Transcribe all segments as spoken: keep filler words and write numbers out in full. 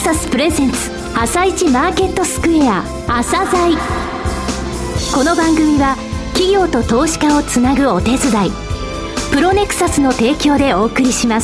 サスプレゼンツ朝一マーケットスクエア朝鮮。この番組は企業と投資家をつなぐお手伝い、プロネクサスの提供でお送りします。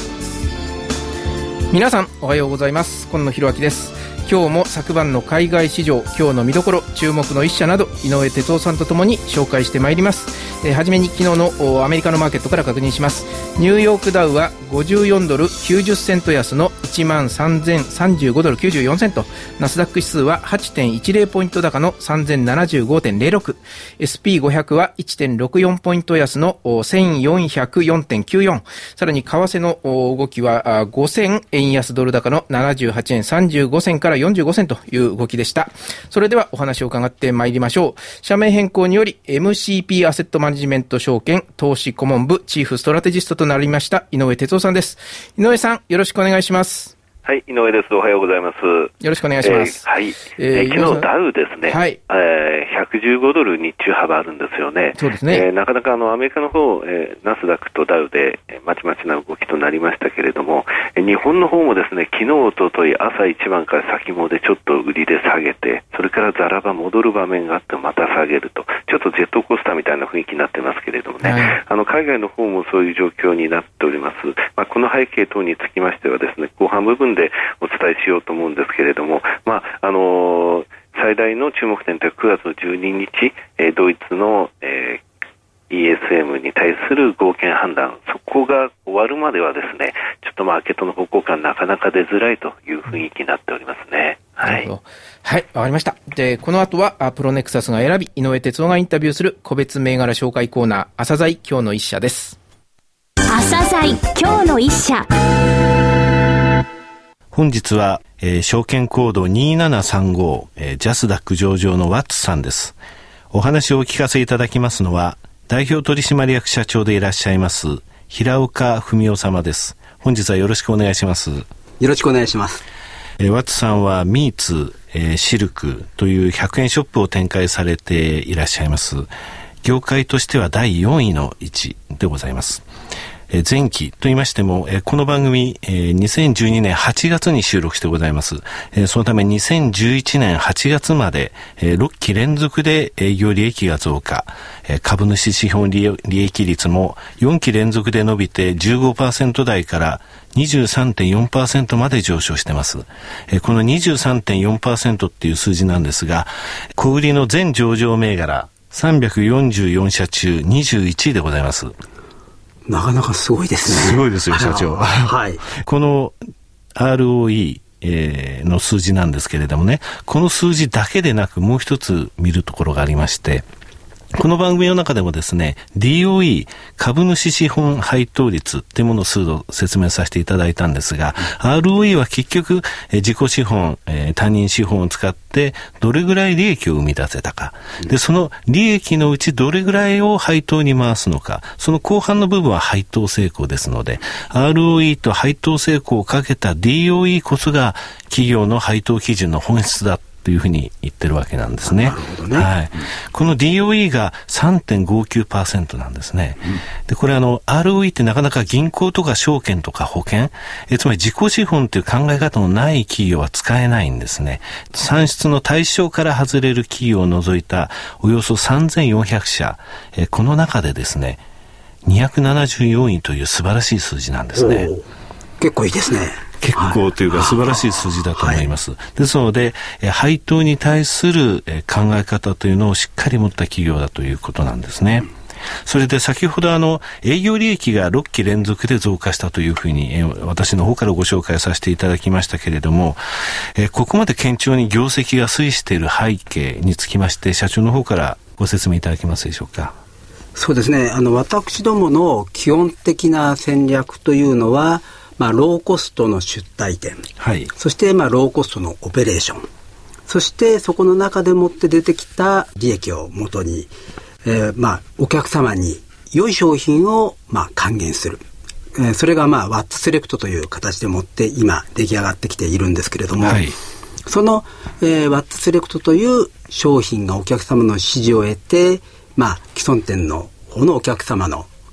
皆さんおはようございます。今野博明です。今日も昨晩の海外市場、今日の見どころ、注目の一社など井上哲夫さんとともに紹介してまいります。えー、はじめに昨日のアメリカのマーケットから確認します。ニューヨークダウはごじゅうよんドルきゅうじゅっセント安の いちまんさんぜんさんじゅうごドルきゅうじゅうよんセント、ナスダック指数は はちてんいちゼロ ポイント高の さんぜんななじゅうごてんゼロろく、 エスピーごひゃく は いちてんろくよん ポイント安の せんよんひゃくよんてんきゅうよん、さらに為替の動きはごせん円安ドル高のななじゅうはちえんさんじゅうごせんからよんじゅうごセントという動きでした。それではお話を伺ってまいりましょう。社名変更により エムシーピー アセットマネジメント証券投資顧問部チーフストラテジストとなりました井上哲夫さんです。井上さん、よろしくお願いします。 はい、井上です。おはようございます。 よろしくお願いします。 えー、はい、えー、昨日ダウですね、はい、えー、ひゃくじゅうごドル日中幅あるんですよね。 そうですね。 えー、なかなかあのアメリカの方、えー、ナスダックとダウで、えー、まちまちな動きとなりましたけれども、えー、日本の方もですね、昨日おととい朝一番から先もでちょっと売りで下げて、それからザラバ戻る場面があってまた下げると、ちょっとジェットコースターみたいな雰囲気になってますけれどもね、はい、あの海外の方もそういう状況になっております。まあ、この背景等につきましてはですね、後半部分でお伝えしようと思うんですけれども、まああのー、最大の注目点というのはくがつのじゅうににち、えー、ドイツの、えー、イーエスエム に対する合憲判断、そこが終わるまではですね、ちょっとマーケットの方向感なかなか出づらいという雰囲気になっておりますね。はい、 はい、わかりました。で、この後はプロネクサスが選び、井上哲夫がインタビューする個別銘柄紹介コーナー、朝鮮今日の一社です。 朝鮮今日の一社。 本日は、えー、証券コードにななさんご、えー、ジャスダック上場のワッツさんです。お話をお聞かせいただきますのは、代表取締役社長でいらっしゃいます平岡文夫様です。本日はよろしくお願いします。 よろしくお願いします。 えー、ワッツさんはミーツ、えー、シルクというひゃくえんショップを展開されていらっしゃいます。業界としてはだいよんいの位置でございます。えー、前期と言いましても、えー、この番組、えー、にせんじゅうにねんはちがつに収録してございます。えー、そのためにせんじゅういちねんはちがつまで、えー、ろっき連続で営業利益が増加、えー、株主資本利益率もよんき連続で伸びて じゅうごパーセント 台から にじゅうさんてんよんパーセント まで上昇しています。えー、この にじゅうさんてんよんパーセント っていう数字なんですが、小売りの全上場銘柄さんびゃくよんじゅうよんしゃ中にじゅういちいでございます。 なかなかすごいですね。 すごいですよ、社長。 はい。 この アールオーイー、えー、の数字なんですけれどもね、この数字だけでなくもう一つ見るところがありまして、この番組の中でもですね、ディーオーイー 株主資本配当率っていうものを数度説明させていただいたんですが、うん、アールオーイー は結局、えー、自己資本、えー、他人資本を使ってどれぐらい利益を生み出せたか、うん、でその利益のうちどれぐらいを配当に回すのか、その後半の部分は配当成功ですので、 アールオーイー と配当成功をかけた ディーオーイー こそが企業の配当基準の本質だというふうに言ってるわけなんですね。 なるほどね。 はい。この ディーオーイー が さんてんごきゅうパーセント なんですね。うん、で、これあの アールオーイー ってなかなか銀行とか証券とか保険、えつまり自己資本という考え方のない企業は使えないんですね。算出の対象から外れる企業を除いたおよそさんぜんよんひゃくしゃ、えこの中でですね、にひゃくななじゅうよんいという素晴らしい数字なんですね。 結構いいですね。 結構というか素晴らしい数字だと思います。はい、ですので、え配当に対するえ考え方というのをしっかり持った企業だということなんですね。うん、それで先ほどあの営業利益がろっき連続で増加したというふうに、え私の方からご紹介させていただきましたけれども、えここまで堅調に業績が推移している背景につきまして社長の方からご説明いただけますでしょうか。 そうですね。あの私どもの基本的な戦略というのは、まあ、ローコストの出退店、はい、そして、まあ、ローコストのオペレーション、そしてそこの中でもって出てきた利益をもとに、えーまあ、お客様に良い商品を、まあ、還元する、えー、それが、まあ、ワッツセレクトという形でもって今出来上がってきているんですけれども、はい、その、えー、ワッツセレクトという商品がお客様の支持を得て、まあ、既存店の方のお客様の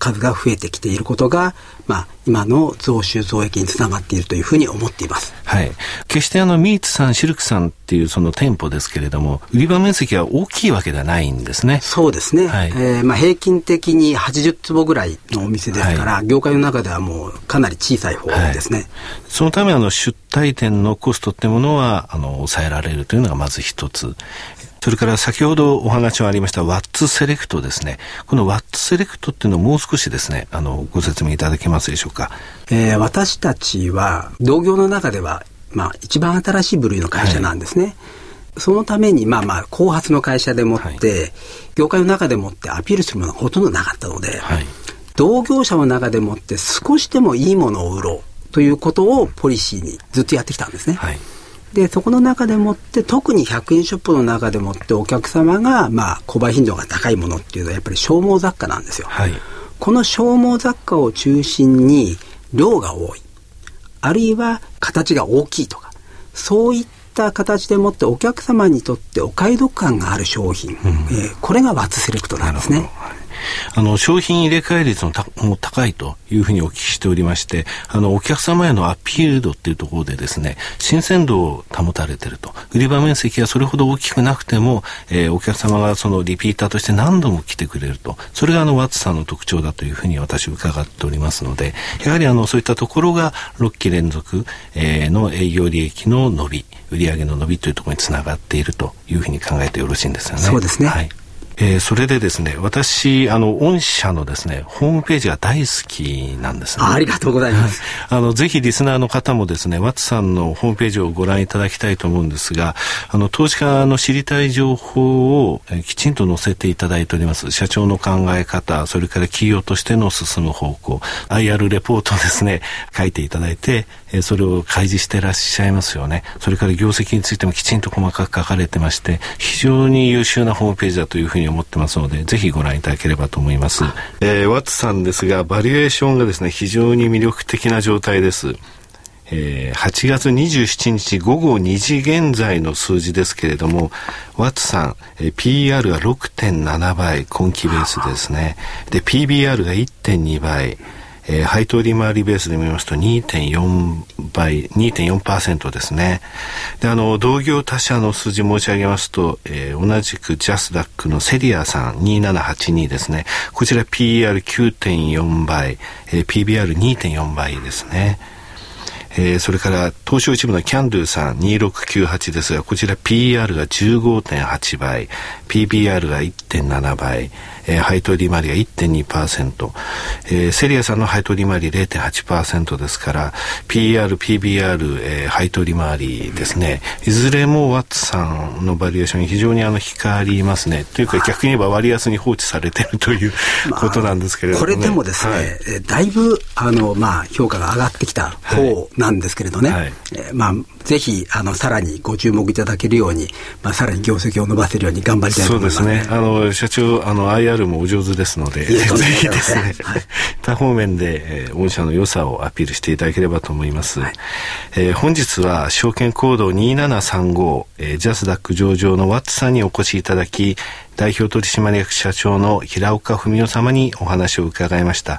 数が増えてきていることが、まあ、今の増収増益につながっているというふうに思っています。 はい。決してあのミーツさん、シルクさんっていうその店舗ですけれども、売り場面積は大きいわけではないんですね。 そうですね。はい、えー、まあ平均的にはちじゅう坪ぐらいのお店ですから、はい、業界の中ではもうかなり小さい方ですね。はい、 そのためあの出退店のコストってものはあの抑えられるというのがまず一つ。それから先ほどお話がありましたワッツセレクトですね。このワッツセレクトっていうのをもう少しですね、あのご説明いただけますでしょうか。 えー、私たちは同業の中では、まあ、一番新しい部類の会社なんですね。はい、そのためにまあまあ後発の会社でもって、はい、業界の中でもってアピールするものがほとんどなかったので、はい、同業者の中でもって少しでもいいものを売ろうということをポリシーにずっとやってきたんですね。はい、でそこの中でもって特にひゃくえんショップの中でもってお客様がまあ購買頻度が高いものっていうのはやっぱり消耗雑貨なんですよ。はい、この消耗雑貨を中心に量が多い、あるいは形が大きいとか、そういった形でもってお客様にとってお買い得感がある商品、うん、えー、これがワッツセレクトなんですね。 あの商品入れ替え率のたも高いというふうにお聞きしておりまして、あのお客様へのアピール度っていうところでですね、新鮮度を保たれていると。売り場面積がそれほど大きくなくても、えー、お客様がそのリピーターとして何度も来てくれると。それがあのワッツさんの特徴だというふうに私伺っておりますので、やはりあのそういったところがろっき連続、えー、の営業利益の伸び、売上の伸びというところにつながっているというふうに考えてよろしいんですよね。 そうですね。 はい。えー、それでですね、私あの御社のですねホームページが大好きなんですね。 あ, ありがとうございます。 あのぜひリスナーの方もですねワッツさんのホームページをご覧いただきたいと思うんですが、あの投資家の知りたい情報を、えー、きちんと載せていただいております。社長の考え方、それから企業としての進む方向、 アイアール レポートをですね書いていただいて、えー、それを開示していらっしゃいますよね。それから業績についてもきちんと細かく書かれてまして、非常に優秀なホームページだというふうに思ってますので、ぜひご覧いただければと思います。えー、ワッツさんですが、バリエーションがですね非常に魅力的な状態です。えー、はちがつにじゅうしちにちごごにじ現在の数字ですけれども、ワッツさん、えー、ピーイーアール が ろくてんななばい、今期ベースですね。で ピービーアール が いってんにばい、えー、配当利回りベースで見ますと にてんよんばい、にてんよんパーセント ですね。で、あの、同業他社の数字申し上げますと、えー、同じくジャスダックのセリアさんにせんななひゃくはちじゅうにですね。こちら ピーイーアールきゅうてんよんばい、えー、ピービーアールにてんよんばいですね。えー、それから東証一部のキャンドゥさんにせんろっぴゃくきゅうじゅうはちですが、こちら ピーイーアール が じゅうごてんはちばい、ピービーアール が いってんななばい、えー、配当利回りが いってんにパーセント、えー、セリアさんの配当利回り れいてんはちパーセント ですから ピーイーアール、ピービーアール、えー、配当利回りですね、いずれもワッツさんのバリエーションに非常にあの光りますね。というか逆に言えば割安に放置されているということなんですけれども、ね、 まあ、これでもですね、はい、だいぶあの、まあ、評価が上がってきた方なんですけれどね、はいはい、えー、まあぜひあのさらにご注目いただけるように、まあ、さらに業績を伸ばせるように頑張りたいと思います。 そうですね、あの社長あの アイアール もお上手ですので、ぜひですね、はい、多方面で、えー、御社の良さをアピールしていただければと思います。はい、えー、本日は証券コードにななさんご、えー、ジャスダック上場のワッツさんにお越しいただき、代表取締役社長の平岡文夫様にお話を伺いました。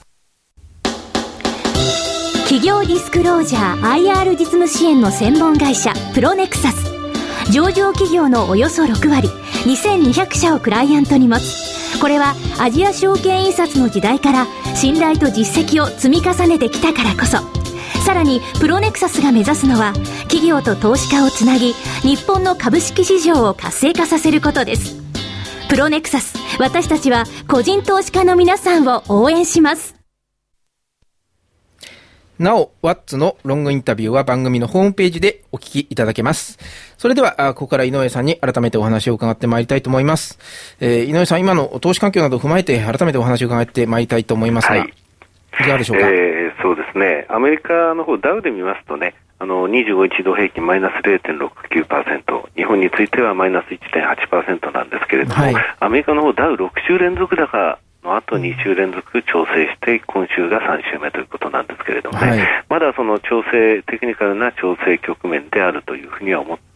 企業ディスクロージャー アイアール 実務支援の専門会社プロネクサス、上場企業のおよそろくわり、にせんにひゃくしゃをクライアントに持つ。これはアジア証券印刷の時代から信頼と実績を積み重ねてきたからこそ、さらにプロネクサスが目指すのは企業と投資家をつなぎ、日本の株式市場を活性化させることです。プロネクサス、私たちは個人投資家の皆さんを応援します。 なお、ワッツのロングインタビューは番組のホームページでお聞きいただけます。それでは、ここから井上さんに改めてお話を伺ってまいりたいと思います。えー、井上さん、今の投資環境などを踏まえて改めてお話を伺ってまいりたいと思いますが、はい、いかがでしょうか。 えー、そうですね、アメリカの方ダウで見ますとね、あのにじゅうごにち移動平均マイナス れいてんろくきゅうパーセント、日本についてはマイナス いってんはちパーセント なんですけれども、はい、アメリカの方ダウろくしゅう連続高の後に週連続調整して今週がさん週目ということなんですけれどもね、はい、まだその調整テクニカルな調整局面であるというふうには思って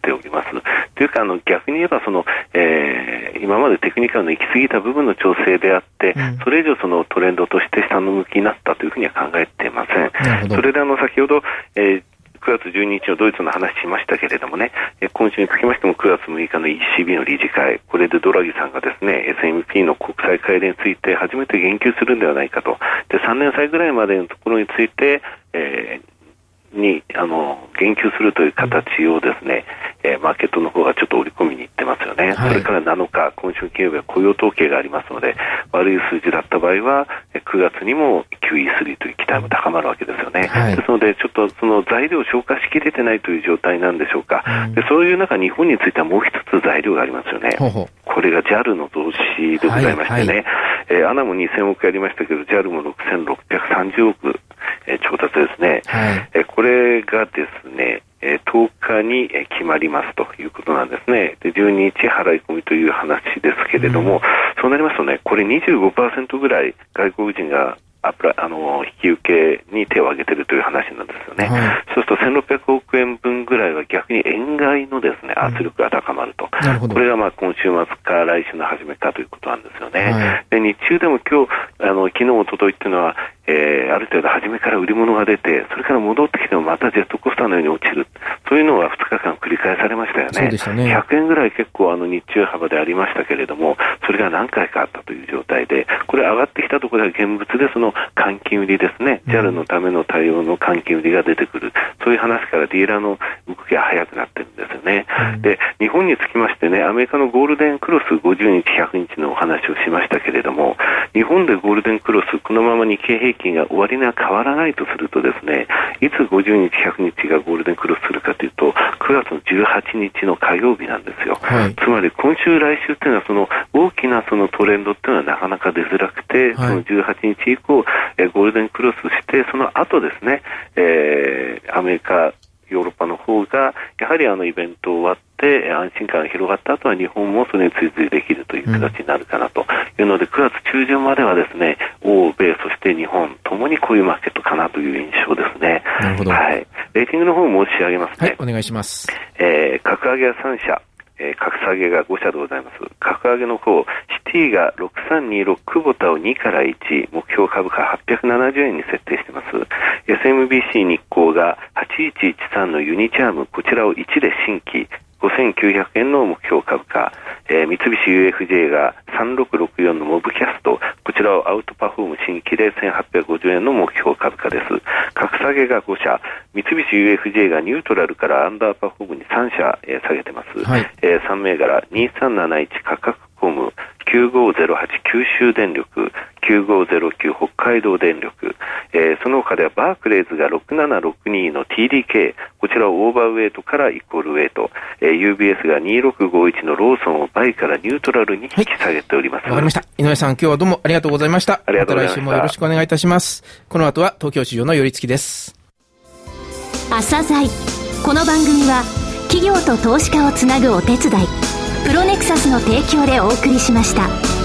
ております。というかあの逆に言えばその、えー、今までテクニカルの行き過ぎた部分の調整であって、うん、それ以上そのトレンドとして下の向きになったというふうには考えていません。それであの先ほど、えーくがつじゅうににちのドイツの話しましたけれどもね、今週につきましてもくがつむいかの イーシービー の理事会、これでドラギさんがですね エスエムピー の国債買い入れについて初めて言及するんではないかと。でさんねん債ぐらいまでのところについて、えーにあの言及するという形をですね、えー、マーケットの方がちょっと織り込みにいってますよね、はい、それからなのか今週金曜日は雇用統計がありますので、悪い数字だった場合はくがつにも キューイースリー という期待も高まるわけですよね、はい、ですのでちょっとその材料を消化しきれてないという状態なんでしょうか、うん、でそういう中日本についてはもう一つ材料がありますよね。ほうほう、これが ジャル の増資でございましてね、はいはい、えー、アナもにせんおくやりましたけど ジャル もろくせんろっぴゃくさんじゅうおく、えー、調達ですね、はい、えー、これがですね、えー、とおかに決まりますということなんですね。でじゅうににち払い込みという話ですけれども、うん、そうなりますとね、これ にじゅうごパーセント ぐらい外国人がアプラあの引き受けに手を挙げているという話なんですよね、はい、そうするとせんろっぴゃくおくえんぶんぐらいは逆に円買いのですね圧力が高まると、うん、これがまあ今週末か来週の初めかということなんですよね、はい、で日中でも今日あの昨日おとといっていうのは、えー、ある程度初めから売り物が出て、それから戻ってきてもまたジェットコースターのように落ちる、そういうのがふつかかん繰り返されましたよね。そうでしたね。ひゃくえんぐらい結構あの日中幅でありましたけれども、それが何回かあったという状態で、これ上がってきたところでは現物でその換金売りですね、うん、ジャル のための対応の換金売りが出てくる、そういう話からディーラーの動きが早くなってるんですよね、うん、で日本につきましてね、アメリカのゴールデンクロスごじゅうにちひゃくにちのお話をしましたけれども、日本でゴールデンクロスこのまま日経平均が終値が変わらないとするとですね、いつごじゅうにちひゃくにちがゴールデンクロスするかというとくがつのじゅうはちにちの火曜日なんですよ、はい、つまり今週来週というのはその大きなそのトレンドというのはなかなか出づらくて、はい、そのじゅうはちにち以降、えー、ゴールデンクロスしてその後ですね、えー、アメリカヨーロッパの方がやはりあのイベント終わって安心感が広がった後は日本もそれに追随できるという形になるかなというので、うん、くがつちゅうじゅんまではですね、欧米そして日本ともにこういうマーケットかなという印象ですね。 なるほど。 はい。レーティングの方を申し上げますね。 はい、お願いします。 えー、格上げはさんしゃ、えー、格下げがごしゃでございます。格上げの方、シティがろくさんにろくクボタをにからいち、目標株価はっぴゃくななじゅうえんに設定しています。エスエムビーシー 日興がはちいちいちさんのユニチャーム、こちらをいちで新規、ごせんきゅうひゃくえんの目標株価、えー、三菱 ユーエフジェー がさんろくろくよんのモブキャスト、こちらをアウトパフォーム新規でせんはっぴゃくごじゅうえんの目標株価です。格下げがごしゃ、三菱 ユーエフジェー がニュートラルからアンダーパフォームにさんしゃ、えー、下げてます、はい、えー、さん銘柄にさんなないち価格コム、きゅうごゼロはち九州電力、きゅうごゼロきゅう北海道電力、えー、その他ではバークレーズがろくななろくにの ティーディーケー、 こちらをオーバーウェイトからイコールウェイト、えー、ユービーエス がにろくごいちのローソンをバイからニュートラルに引き下げております。 わ、はい、かりました。井上さん、今日はどうもありがとうございました。 ありがとうございました。 また来週もよろしくお願いいたします。この後は東京市場の寄り付きです。 朝鮮、この番組は企業と投資家をつなぐお手伝い、プロネクサスの提供でお送りしました。